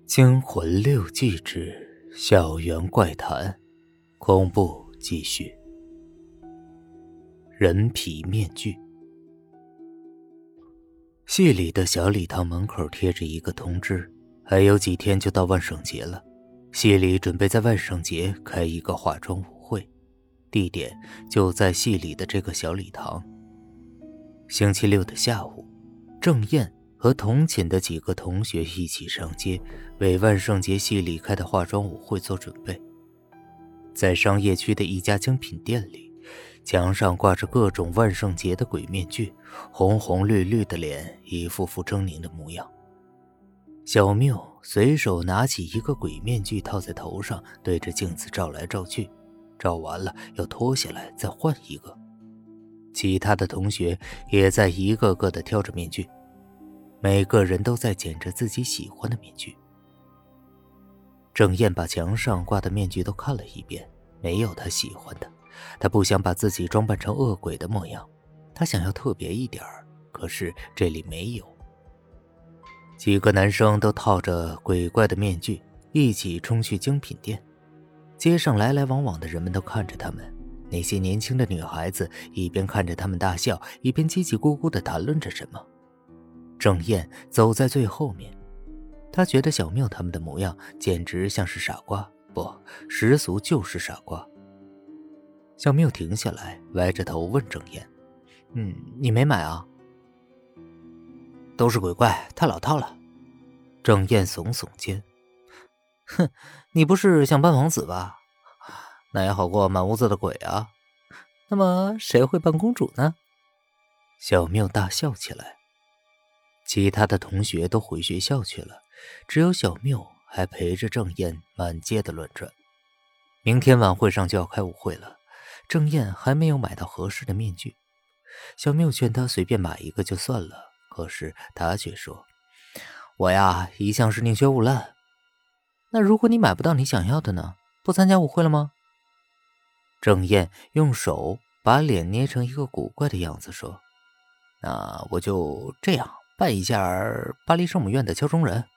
惊魂六记之校园怪谈，恐怖继续。人皮面具。系里的小礼堂门口贴着一个通知，还有几天就到万圣节了。系里准备在万圣节开一个化妆舞会，地点就在系里的这个小礼堂。星期六的下午，郑燕和同寝的几个同学一起上街，为万圣节系里开的化妆舞会做准备。在商业区的一家精品店里，墙上挂着各种万圣节的鬼面具，红红绿绿的脸，一副副狰狞的模样。小缪随手拿起一个鬼面具套在头上，对着镜子照来照去，照完了又脱下来再换一个。其他的同学也在一个个的挑着面具，每个人都在捡着自己喜欢的面具。郑燕把墙上挂的面具都看了一遍，没有她喜欢的。她不想把自己装扮成恶鬼的模样，她想要特别一点，可是这里没有。几个男生都套着鬼怪的面具，一起冲去精品店。街上来来往往的人们都看着他们，那些年轻的女孩子一边看着他们大笑，一边叽叽咕咕地谈论着什么。郑燕走在最后面，她觉得小缪他们的模样简直像是傻瓜，不，实俗就是傻瓜。小缪停下来，歪着头问郑燕：“你没买啊？”“都是鬼怪，太老套了。”郑燕耸耸肩：“哼，你不是想扮王子吧？那也好过满屋子的鬼啊。那么谁会扮公主呢？”小缪大笑起来。其他的同学都回学校去了，只有小缪还陪着郑燕满街的乱转。明天晚会上就要开舞会了，郑燕还没有买到合适的面具。小缪劝她随便买一个就算了，可是她却说：“我呀，一向是宁缺毋滥。那如果你买不到你想要的呢？不参加舞会了吗？”郑燕用手把脸捏成一个古怪的样子说：“那我就这样扮一下巴黎圣母院的敲钟人。”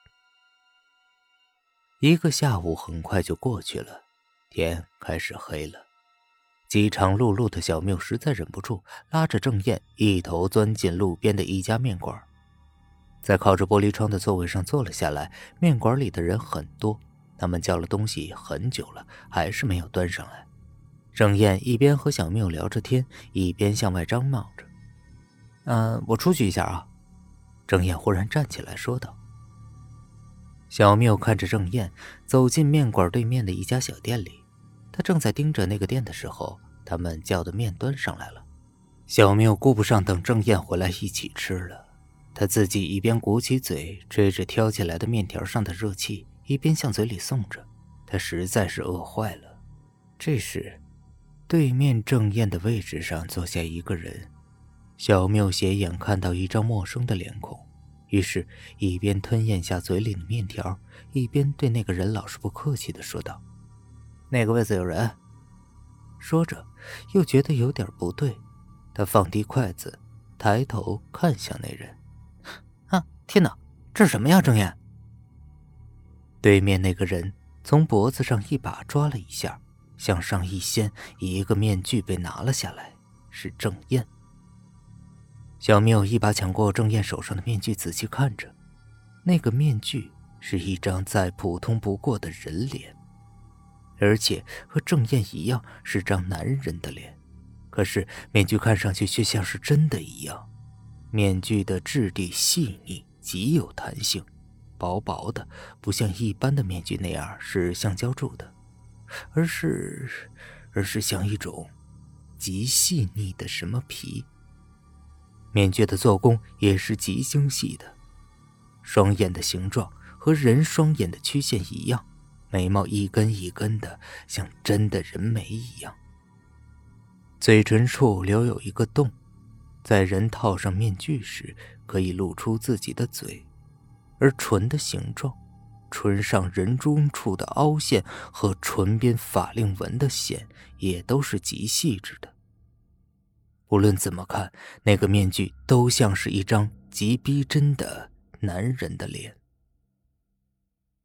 一个下午很快就过去了，天开始黑了。饥肠辘辘的小缪实在忍不住，拉着郑燕一头钻进路边的一家面馆。在靠着玻璃窗的座位上坐了下来，面馆里的人很多，他们叫了东西很久了，还是没有端上来。郑燕一边和小缪聊着天，一边向外张望着。我出去一下啊。”郑燕忽然站起来说道。小缪看着郑燕走进面馆对面的一家小店里，他正在盯着那个店的时候，他们叫的面端上来了。小缪顾不上等郑燕回来一起吃了，他自己一边鼓起嘴吹着挑起来的面条上的热气，一边向嘴里送着。他实在是饿坏了。这时，对面郑燕的位置上坐下一个人。小缪斜眼看到一张陌生的脸孔，于是一边吞咽下嘴里的面条，一边对那个人老实不客气地说道：“那个位子有人。”说着又觉得有点不对，他放低筷子，抬头看向那人。天哪，这是什么呀，郑燕？对面那个人从脖子上一把抓了一下，向上一掀，一个面具被拿了下来，是郑燕。小缪一把抢过郑燕手上的面具，仔细看着，那个面具是一张再普通不过的人脸，而且和郑燕一样是张男人的脸，可是面具看上去却像是真的一样。面具的质地细腻，极有弹性，薄薄的，不像一般的面具那样是橡胶铸的，而是像一种极细腻的什么皮。面具的做工也是极精细的，双眼的形状和人双眼的曲线一样，眉毛一根一根的，像真的人眉一样。嘴唇处留有一个洞，在人套上面具时可以露出自己的嘴，而唇的形状，唇上人中处的凹陷和唇边法令纹的线也都是极细致的。无论怎么看，那个面具都像是一张极逼真的男人的脸。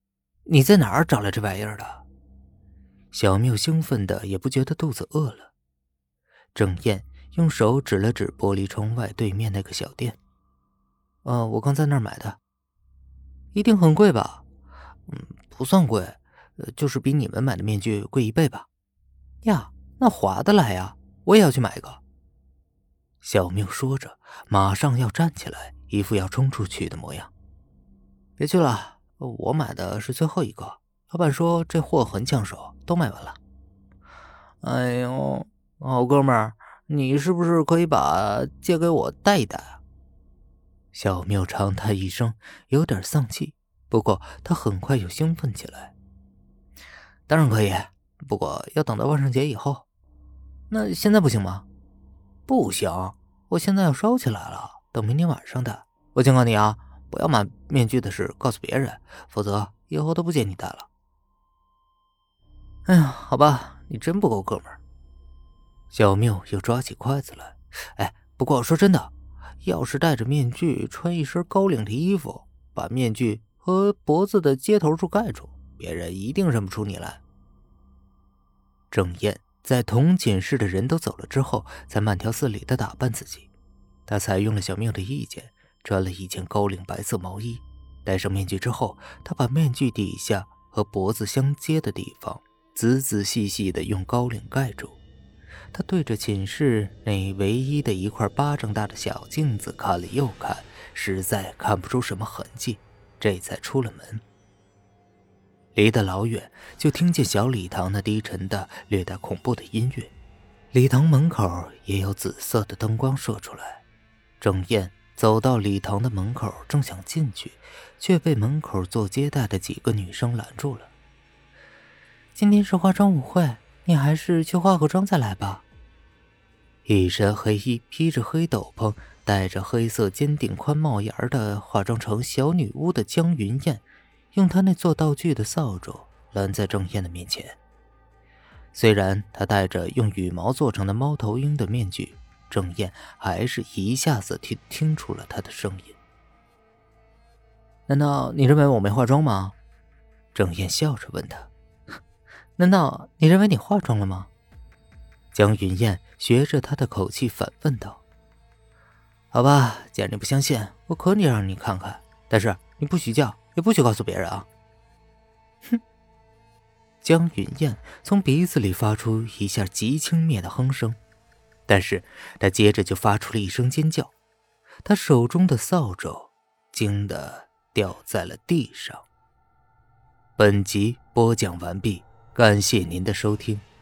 你在哪儿找来这玩意儿的？小缪兴奋的也不觉得肚子饿了。郑燕用手指了指玻璃窗外对面那个小店。我刚在那儿买的。一定很贵吧？不算贵，就是比你们买的面具贵1倍吧。呀，那划得来呀，我也要去买一个。小缪说着，马上要站起来，一副要冲出去的模样。别去了，我买的是最后一个，老板说这货很抢手，都卖完了。哎呦，好哥们儿，你是不是可以把借给我戴一戴啊？小缪长叹一声，有点丧气，不过他很快又兴奋起来。当然可以，不过要等到万圣节以后。那现在不行吗？不行，我现在要烧起来了，等明天晚上的。我警告你啊，不要把面具的事告诉别人，否则以后都不见你戴了。哎呀，好吧，你真不够哥们儿。小缪又抓起筷子来。不过说真的，要是戴着面具，穿一身高领的衣服，把面具和脖子的接头处盖住，别人一定认不出你来。郑燕在同寝室的人都走了之后，才慢条斯理地打扮自己。她采用了小缪的意见，穿了一件高领白色毛衣。戴上面具之后，她把面具底下和脖子相接的地方仔仔细细地用高领盖住。他对着寝室内唯一的一块巴掌大的小镜子看了又看，实在看不出什么痕迹，这才出了门。离得老远，就听见小礼堂那低沉的、略带恐怖的音乐。礼堂门口也有紫色的灯光射出来。郑燕走到礼堂的门口，正想进去，却被门口做接待的几个女生拦住了。今天是化妆舞会，你还是去化个妆再来吧。一身黑衣，披着黑斗篷，戴着黑色尖顶宽帽檐的化妆成小女巫的江云燕，用她那做道具的扫帚拦在郑燕的面前。虽然她戴着用羽毛做成的猫头鹰的面具，郑燕还是一下子听出了她的声音。难道你认为我没化妆吗？郑燕笑着问他。难道你认为你化妆了吗？江云燕学着他的口气反问道。好吧，既然你不相信，我可以让你看看，但是你不许叫，也不许告诉别人啊。哼！江云燕从鼻子里发出一下极轻蔑的哼声，但是她接着就发出了一声尖叫，她手中的扫帚惊得掉在了地上。本集播讲完毕，感谢您的收听。